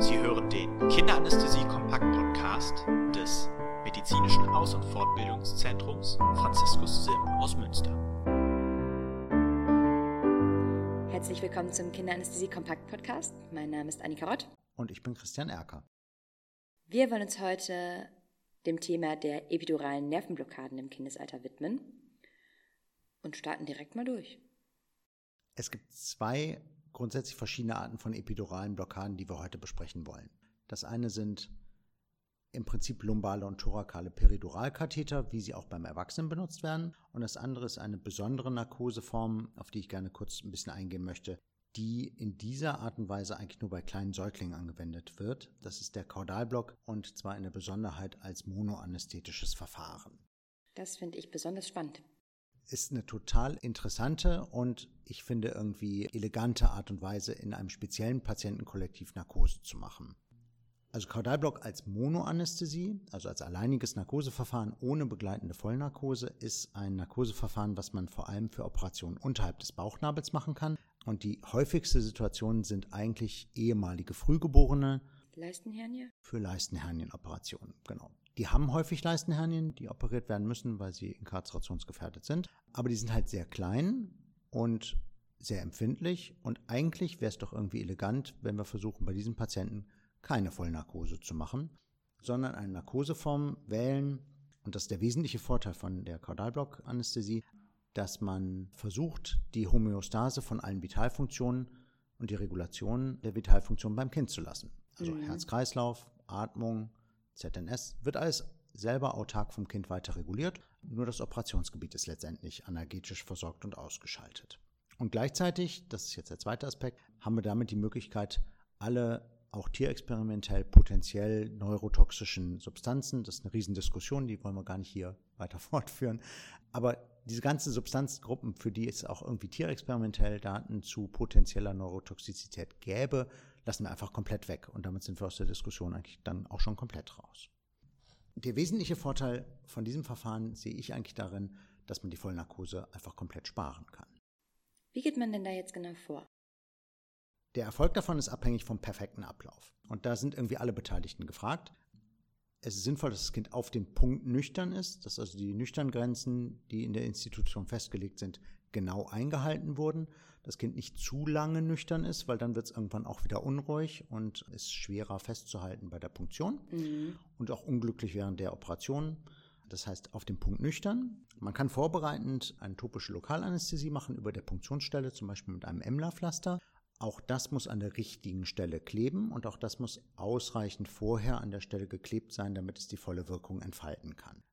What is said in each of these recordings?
Sie hören den Kinderanästhesie-Kompakt-Podcast des Medizinischen Aus- und Fortbildungszentrums Franziskus Sim aus Münster. Herzlich willkommen zum Kinderanästhesie-Kompakt-Podcast. Mein Name ist Annika Rott. Und ich bin Christian Erker. Wir wollen uns heute dem Thema der epiduralen Nervenblockaden im Kindesalter widmen und starten direkt mal durch. Es gibt zwei grundsätzlich verschiedene Arten von epiduralen Blockaden, die wir heute besprechen wollen. Das eine sind im Prinzip lumbale und thorakale Periduralkatheter, wie sie auch beim Erwachsenen benutzt werden. Und das andere ist eine besondere Narkoseform, auf die ich gerne kurz ein bisschen eingehen möchte, die in dieser Art und Weise eigentlich nur bei kleinen Säuglingen angewendet wird. Das ist der Caudalblock und zwar in der Besonderheit als monoanästhetisches Verfahren. Das finde ich besonders spannend. Ist eine total interessante und ich finde irgendwie elegante Art und Weise, in einem speziellen Patientenkollektiv Narkose zu machen. Also Caudalblock als Monoanästhesie, also als alleiniges Narkoseverfahren ohne begleitende Vollnarkose, ist ein Narkoseverfahren, was man vor allem für Operationen unterhalb des Bauchnabels machen kann. Und die häufigste Situation sind eigentlich ehemalige Frühgeborene. Leistenhernie? Für Leistenhernienoperationen, genau. Die haben häufig Leistenhernien, die operiert werden müssen, weil sie inkarcerationsgefährdet sind. Aber die sind halt sehr klein und sehr empfindlich. Und eigentlich wäre es doch irgendwie elegant, wenn wir versuchen, bei diesen Patienten keine Vollnarkose zu machen, sondern eine Narkoseform wählen. Und das ist der wesentliche Vorteil von der Caudalblock-Anästhesie, dass man versucht, die Homöostase von allen Vitalfunktionen und die Regulation der Vitalfunktionen beim Kind zu lassen. Also Herz-Kreislauf, Atmung, ZNS, wird alles selber autark vom Kind weiter reguliert. Nur das Operationsgebiet ist letztendlich analgetisch versorgt und ausgeschaltet. Und gleichzeitig, das ist jetzt der zweite Aspekt, haben wir damit die Möglichkeit, alle auch tierexperimentell potenziell neurotoxischen Substanzen, das ist eine Riesendiskussion, die wollen wir gar nicht hier weiter fortführen, aber diese ganzen Substanzgruppen, für die es auch irgendwie tierexperimentell Daten zu potenzieller Neurotoxizität gäbe, lassen wir einfach komplett weg. Und damit sind wir aus der Diskussion eigentlich dann auch schon komplett raus. Der wesentliche Vorteil von diesem Verfahren sehe ich eigentlich darin, dass man die Vollnarkose einfach komplett sparen kann. Wie geht man denn da jetzt genau vor? Der Erfolg davon ist abhängig vom perfekten Ablauf. Und da sind irgendwie alle Beteiligten gefragt. Es ist sinnvoll, dass das Kind auf den Punkt nüchtern ist, dass also die Nüchterngrenzen, die in der Institution festgelegt sind, genau eingehalten wurden. Das Kind nicht zu lange nüchtern ist, weil dann wird es irgendwann auch wieder unruhig und ist schwerer festzuhalten bei der Punktion und auch unglücklich während der Operation. Das heißt, auf dem Punkt nüchtern. Man kann vorbereitend eine topische Lokalanästhesie machen über der Punktionsstelle, zum Beispiel mit einem Emla-Pflaster. Auch das muss an der richtigen Stelle kleben und auch das muss ausreichend vorher an der Stelle geklebt sein, damit es die volle Wirkung entfalten kann.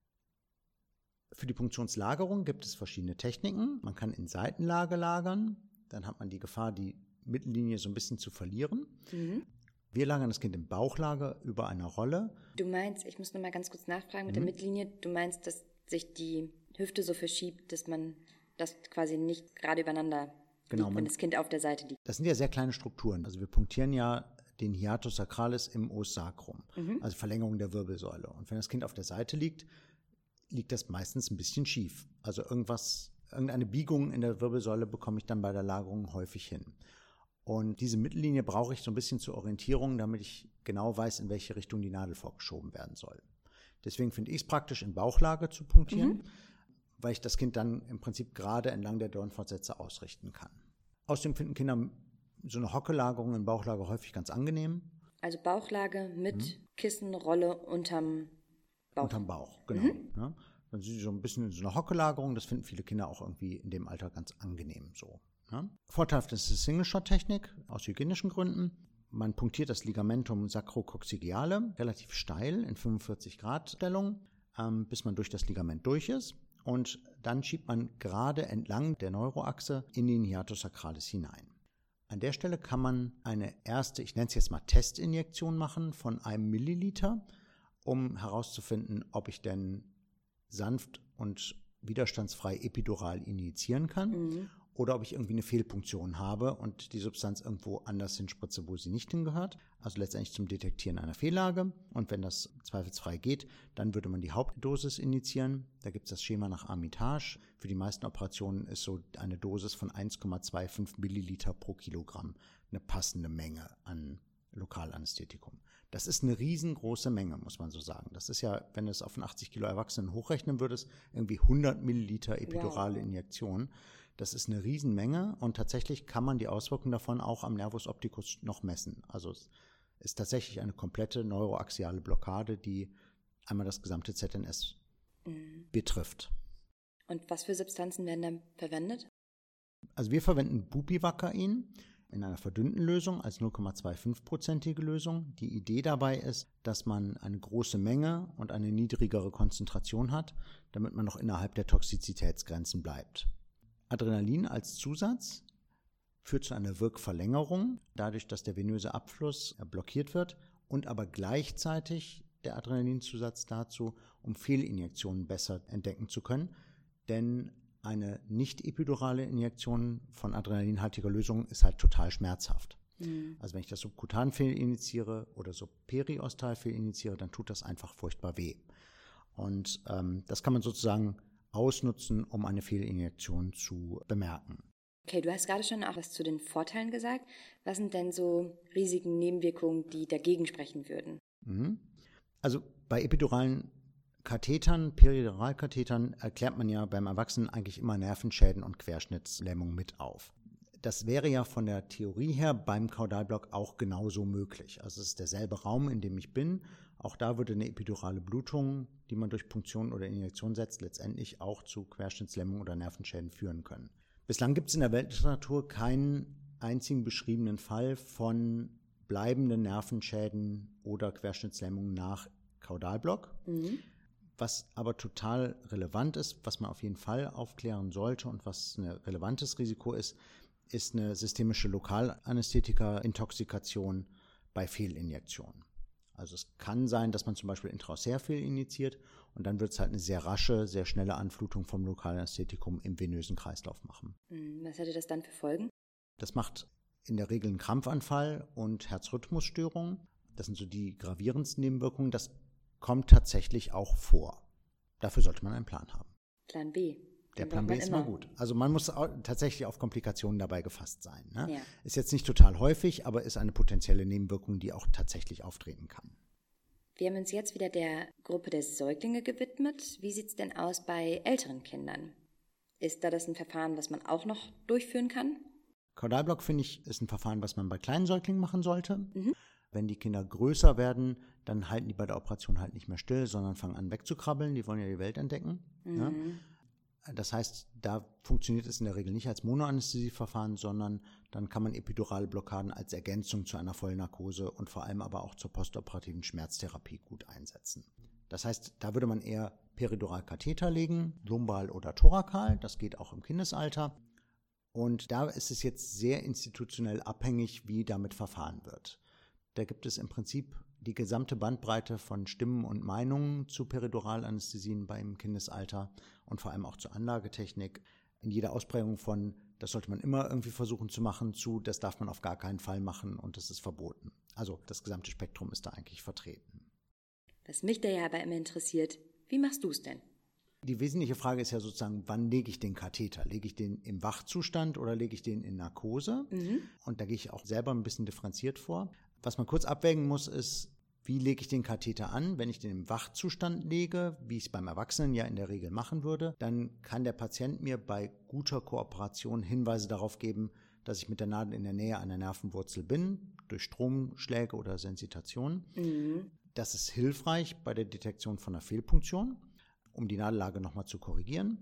Für die Punktionslagerung gibt es verschiedene Techniken. Man kann in Seitenlage lagern, dann hat man die Gefahr, die Mittellinie so ein bisschen zu verlieren. Wir lagern das Kind im Bauchlage über einer Rolle. Du meinst, ich muss noch mal ganz kurz nachfragen mit der Mittellinie, du meinst, dass sich die Hüfte so verschiebt, dass man das quasi nicht gerade übereinander liegt, wenn das Kind auf der Seite liegt. Das sind ja sehr kleine Strukturen. Also wir punktieren ja den Hiatus sacralis im Os sacrum, also Verlängerung der Wirbelsäule. Und wenn das Kind auf der Seite liegt, liegt das meistens ein bisschen schief. Also irgendeine Biegung in der Wirbelsäule bekomme ich dann bei der Lagerung häufig hin. Und diese Mittellinie brauche ich so ein bisschen zur Orientierung, damit ich genau weiß, in welche Richtung die Nadel vorgeschoben werden soll. Deswegen finde ich es praktisch, in Bauchlage zu punktieren, weil ich das Kind dann im Prinzip gerade entlang der Dornfortsätze ausrichten kann. Außerdem finden Kinder so eine Hockelagerung in Bauchlage häufig ganz angenehm. Also Bauchlage mit Kissenrolle unterm Bauch. Unterm Bauch, genau. Ja. Dann sind sie so ein bisschen in so einer Hockelagerung. Das finden viele Kinder auch irgendwie in dem Alter ganz angenehm so. Ja. Vorteilhaft ist die Single-Shot-Technik aus hygienischen Gründen. Man punktiert das Ligamentum sacrococcygeale relativ steil in 45 Grad Stellung, bis man durch das Ligament durch ist. Und dann schiebt man gerade entlang der Neuroachse in den Hiatus sacralis hinein. An der Stelle kann man eine erste, ich nenne es jetzt mal Testinjektion machen von 1 Milliliter, um herauszufinden, ob ich denn sanft und widerstandsfrei epidural injizieren kann oder ob ich irgendwie eine Fehlpunktion habe und die Substanz irgendwo anders hinspritze, wo sie nicht hingehört. Also letztendlich zum Detektieren einer Fehllage. Und wenn das zweifelsfrei geht, dann würde man die Hauptdosis injizieren. Da gibt es das Schema nach Armitage. Für die meisten Operationen ist so eine Dosis von 1,25 Milliliter pro Kilogramm eine passende Menge an Lokalanästhetikum. Das ist eine riesengroße Menge, muss man so sagen. Das ist ja, wenn du es auf einen 80 Kilo Erwachsenen hochrechnen würdest, irgendwie 100 Milliliter epidurale Injektion. Das ist eine Riesenmenge und tatsächlich kann man die Auswirkungen davon auch am Nervus opticus noch messen. Also es ist tatsächlich eine komplette neuroaxiale Blockade, die einmal das gesamte ZNS betrifft. Und was für Substanzen werden dann verwendet? Also wir verwenden Bupivacain in einer verdünnten Lösung als 0,25%ige Lösung. Die Idee dabei ist, dass man eine große Menge und eine niedrigere Konzentration hat, damit man noch innerhalb der Toxizitätsgrenzen bleibt. Adrenalin als Zusatz führt zu einer Wirkverlängerung, dadurch, dass der venöse Abfluss blockiert wird und aber gleichzeitig der Adrenalinzusatz dazu, um Fehlinjektionen besser entdecken zu können. Denn eine nicht epidurale Injektion von adrenalinhaltiger Lösung ist halt total schmerzhaft. Also wenn ich das subkutan fehlinjiziere oder subperiostal fehlinjiziere, dann tut das einfach furchtbar weh. Und das kann man sozusagen ausnutzen, um eine Fehlinjektion zu bemerken. Okay, du hast gerade schon auch was zu den Vorteilen gesagt. Was sind denn so Risiken, Nebenwirkungen, die dagegen sprechen würden? Also bei epiduralen Kathetern, Periduralkathetern erklärt man ja beim Erwachsenen eigentlich immer Nervenschäden und Querschnittslähmung mit auf. Das wäre ja von der Theorie her beim Kaudalblock auch genauso möglich. Also es ist derselbe Raum, in dem ich bin. Auch da würde eine epidurale Blutung, die man durch Punktion oder Injektion setzt, letztendlich auch zu Querschnittslähmung oder Nervenschäden führen können. Bislang gibt es in der Weltliteratur keinen einzigen beschriebenen Fall von bleibenden Nervenschäden oder Querschnittslähmung nach Kaudalblock. Was aber total relevant ist, was man auf jeden Fall aufklären sollte und was ein relevantes Risiko ist, ist eine systemische Lokalanästhetika-Intoxikation bei Fehlinjektionen. Also es kann sein, dass man zum Beispiel intraossär fehlinjiziert und dann wird es halt eine sehr rasche, sehr schnelle Anflutung vom Lokalanästhetikum im venösen Kreislauf machen. Was hätte das dann für Folgen? Das macht in der Regel einen Krampfanfall und Herzrhythmusstörungen. Das sind so die gravierendsten Nebenwirkungen. Das kommt tatsächlich auch vor. Dafür sollte man einen Plan haben. Plan B. Der Plan B ist immer gut. Also man muss tatsächlich auf Komplikationen dabei gefasst sein. Ne? Ja. Ist jetzt nicht total häufig, aber ist eine potenzielle Nebenwirkung, die auch tatsächlich auftreten kann. Wir haben uns jetzt wieder der Gruppe der Säuglinge gewidmet. Wie sieht es denn aus bei älteren Kindern? Ist da das ein Verfahren, was man auch noch durchführen kann? Kaudalblock, finde ich, ist ein Verfahren, was man bei kleinen Säuglingen machen sollte. Wenn die Kinder größer werden, dann halten die bei der Operation halt nicht mehr still, sondern fangen an wegzukrabbeln. Die wollen ja die Welt entdecken. Ja? Das heißt, da funktioniert es in der Regel nicht als Monoanästhesieverfahren, sondern dann kann man epidurale Blockaden als Ergänzung zu einer Vollnarkose und vor allem aber auch zur postoperativen Schmerztherapie gut einsetzen. Das heißt, da würde man eher Periduralkatheter legen, lumbal oder thorakal. Das geht auch im Kindesalter. Und da ist es jetzt sehr institutionell abhängig, wie damit verfahren wird. Da gibt es im Prinzip die gesamte Bandbreite von Stimmen und Meinungen zu Periduralanästhesien beim Kindesalter und vor allem auch zur Anlagetechnik. In jeder Ausprägung von, das sollte man immer irgendwie versuchen zu machen, zu, das darf man auf gar keinen Fall machen und das ist verboten. Also das gesamte Spektrum ist da eigentlich vertreten. Was mich da ja aber immer interessiert, wie machst du es denn? Die wesentliche Frage ist ja sozusagen, wann lege ich den Katheter? Lege ich den im Wachzustand oder lege ich den in Narkose? Und da gehe ich auch selber ein bisschen differenziert vor. Was man kurz abwägen muss, ist, wie lege ich den Katheter an? Wenn ich den im Wachzustand lege, wie ich es beim Erwachsenen ja in der Regel machen würde, dann kann der Patient mir bei guter Kooperation Hinweise darauf geben, dass ich mit der Nadel in der Nähe einer Nervenwurzel bin, durch Stromschläge oder Sensitation. Das ist hilfreich bei der Detektion von einer Fehlpunktion, um die Nadellage nochmal zu korrigieren.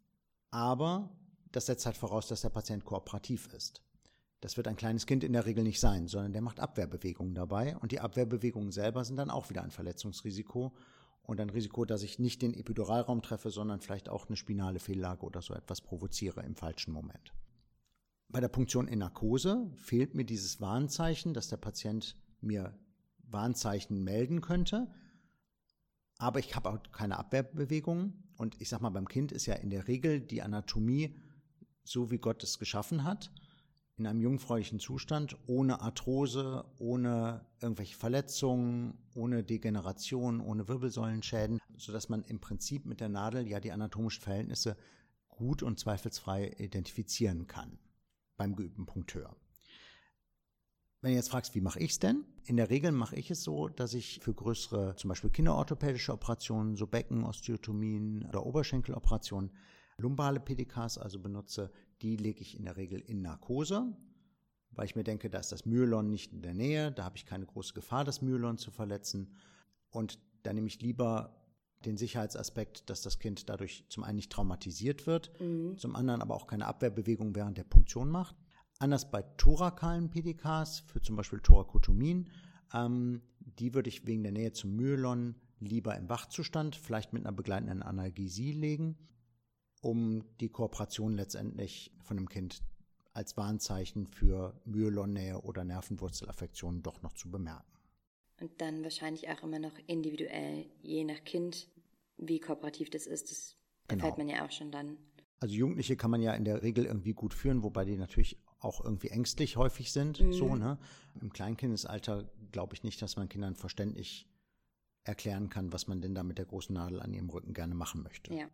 Aber das setzt halt voraus, dass der Patient kooperativ ist. Das wird ein kleines Kind in der Regel nicht sein, sondern der macht Abwehrbewegungen dabei. Und die Abwehrbewegungen selber sind dann auch wieder ein Verletzungsrisiko und ein Risiko, dass ich nicht den Epiduralraum treffe, sondern vielleicht auch eine spinale Fehllage oder so etwas provoziere im falschen Moment. Bei der Punktion in Narkose fehlt mir dieses Warnzeichen, dass der Patient mir Warnzeichen melden könnte. Aber ich habe auch keine Abwehrbewegungen. Und ich sag mal, beim Kind ist ja in der Regel die Anatomie so, wie Gott es geschaffen hat, in einem jungfräulichen Zustand, ohne Arthrose, ohne irgendwelche Verletzungen, ohne Degeneration, ohne Wirbelsäulenschäden, sodass man im Prinzip mit der Nadel ja die anatomischen Verhältnisse gut und zweifelsfrei identifizieren kann beim geübten Punkteur. Wenn du jetzt fragst, wie mache ich es denn? In der Regel mache ich es so, dass ich für größere, zum Beispiel kinderorthopädische Operationen, so Becken-Osteotomien oder Oberschenkeloperationen, lumbale PDKs also benutze. Die lege ich in der Regel in Narkose, weil ich mir denke, da ist das Myelon nicht in der Nähe, da habe ich keine große Gefahr, das Myelon zu verletzen. Und da nehme ich lieber den Sicherheitsaspekt, dass das Kind dadurch zum einen nicht traumatisiert wird, zum anderen aber auch keine Abwehrbewegung während der Punktion macht. Anders bei thorakalen PDKs, für zum Beispiel Thorakotomien, die würde ich wegen der Nähe zum Myelon lieber im Wachzustand, vielleicht mit einer begleitenden Analgesie legen, um die Kooperation letztendlich von dem Kind als Warnzeichen für Myelonnähe oder Nervenwurzelaffektionen doch noch zu bemerken. Und dann wahrscheinlich auch immer noch individuell, je nach Kind, wie kooperativ das ist. Das erfährt man ja auch schon dann. Also Jugendliche kann man ja in der Regel irgendwie gut führen, wobei die natürlich auch irgendwie ängstlich häufig sind. So, ne? Im Kleinkindesalter glaube ich nicht, dass man Kindern verständlich erklären kann, was man denn da mit der großen Nadel an ihrem Rücken gerne machen möchte. Ja.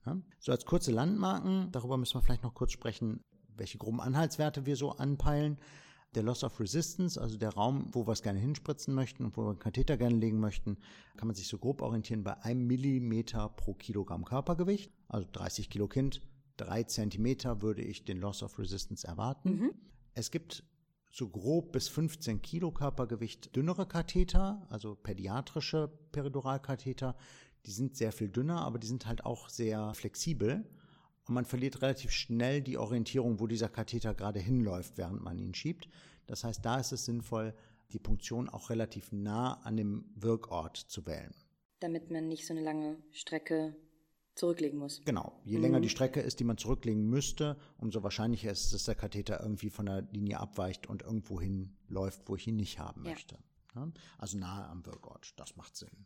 So als kurze Landmarken, darüber müssen wir vielleicht noch kurz sprechen, welche groben Anhaltswerte wir so anpeilen. Der Loss of Resistance, also der Raum, wo wir es gerne hinspritzen möchten und wo wir einen Katheter gerne legen möchten, kann man sich so grob orientieren bei 1 Millimeter pro Kilogramm Körpergewicht. Also 30 Kilo Kind, 3 Zentimeter würde ich den Loss of Resistance erwarten. Es gibt so grob bis 15 Kilo Körpergewicht dünnere Katheter, also pädiatrische Periduralkatheter. Die sind sehr viel dünner, aber die sind halt auch sehr flexibel. Und man verliert relativ schnell die Orientierung, wo dieser Katheter gerade hinläuft, während man ihn schiebt. Das heißt, da ist es sinnvoll, die Punktion auch relativ nah an dem Wirkort zu wählen. Damit man nicht so eine lange Strecke zurücklegen muss. Genau. Je länger die Strecke ist, die man zurücklegen müsste, umso wahrscheinlicher ist es, dass der Katheter irgendwie von der Linie abweicht und irgendwo hinläuft, wo ich ihn nicht haben möchte. Ja? Also nahe am Wirkort. Das macht Sinn.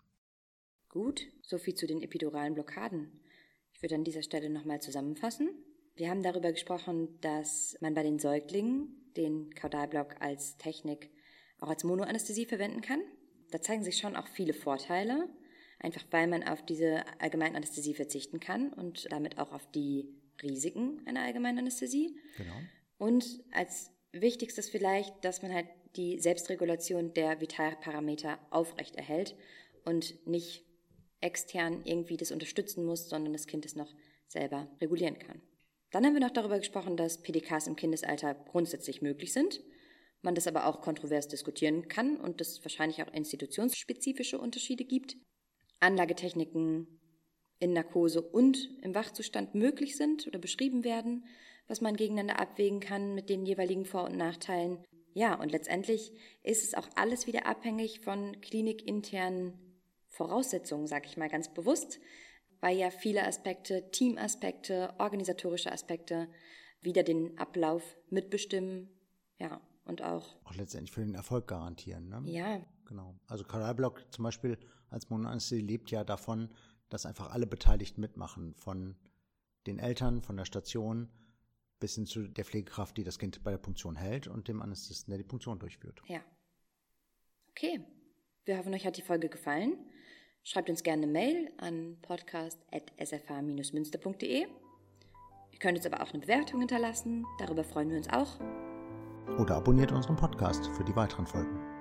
Gut, soviel zu den epiduralen Blockaden. Ich würde an dieser Stelle nochmal zusammenfassen. Wir haben darüber gesprochen, dass man bei den Säuglingen den Kaudalblock als Technik auch als Monoanästhesie verwenden kann. Da zeigen sich schon auch viele Vorteile, einfach weil man auf diese Allgemeinanästhesie verzichten kann und damit auch auf die Risiken einer Allgemeinanästhesie. Genau. Und als Wichtigstes vielleicht, dass man halt die Selbstregulation der Vitalparameter aufrechterhält und nicht extern irgendwie das unterstützen muss, sondern das Kind es noch selber regulieren kann. Dann haben wir noch darüber gesprochen, dass PDKs im Kindesalter grundsätzlich möglich sind, man das aber auch kontrovers diskutieren kann und es wahrscheinlich auch institutionsspezifische Unterschiede gibt. Anlagetechniken in Narkose und im Wachzustand möglich sind oder beschrieben werden, was man gegeneinander abwägen kann mit den jeweiligen Vor- und Nachteilen. Ja, und letztendlich ist es auch alles wieder abhängig von klinikinternen Voraussetzungen, sage ich mal ganz bewusst, weil ja viele Aspekte, Teamaspekte, organisatorische Aspekte wieder den Ablauf mitbestimmen, ja, und auch letztendlich für den Erfolg garantieren, ne? Ja. Genau. Also Kaudalblock zum Beispiel als Monoanästhesie lebt ja davon, dass einfach alle Beteiligten mitmachen, von den Eltern, von der Station bis hin zu der Pflegekraft, die das Kind bei der Punktion hält und dem Anästhesisten, der die Punktion durchführt. Ja. Okay. Wir hoffen, euch hat die Folge gefallen. Schreibt uns gerne eine Mail an podcast@sfh-münster.de. Ihr könnt uns aber auch eine Bewertung hinterlassen. Darüber freuen wir uns auch. Oder abonniert unseren Podcast für die weiteren Folgen.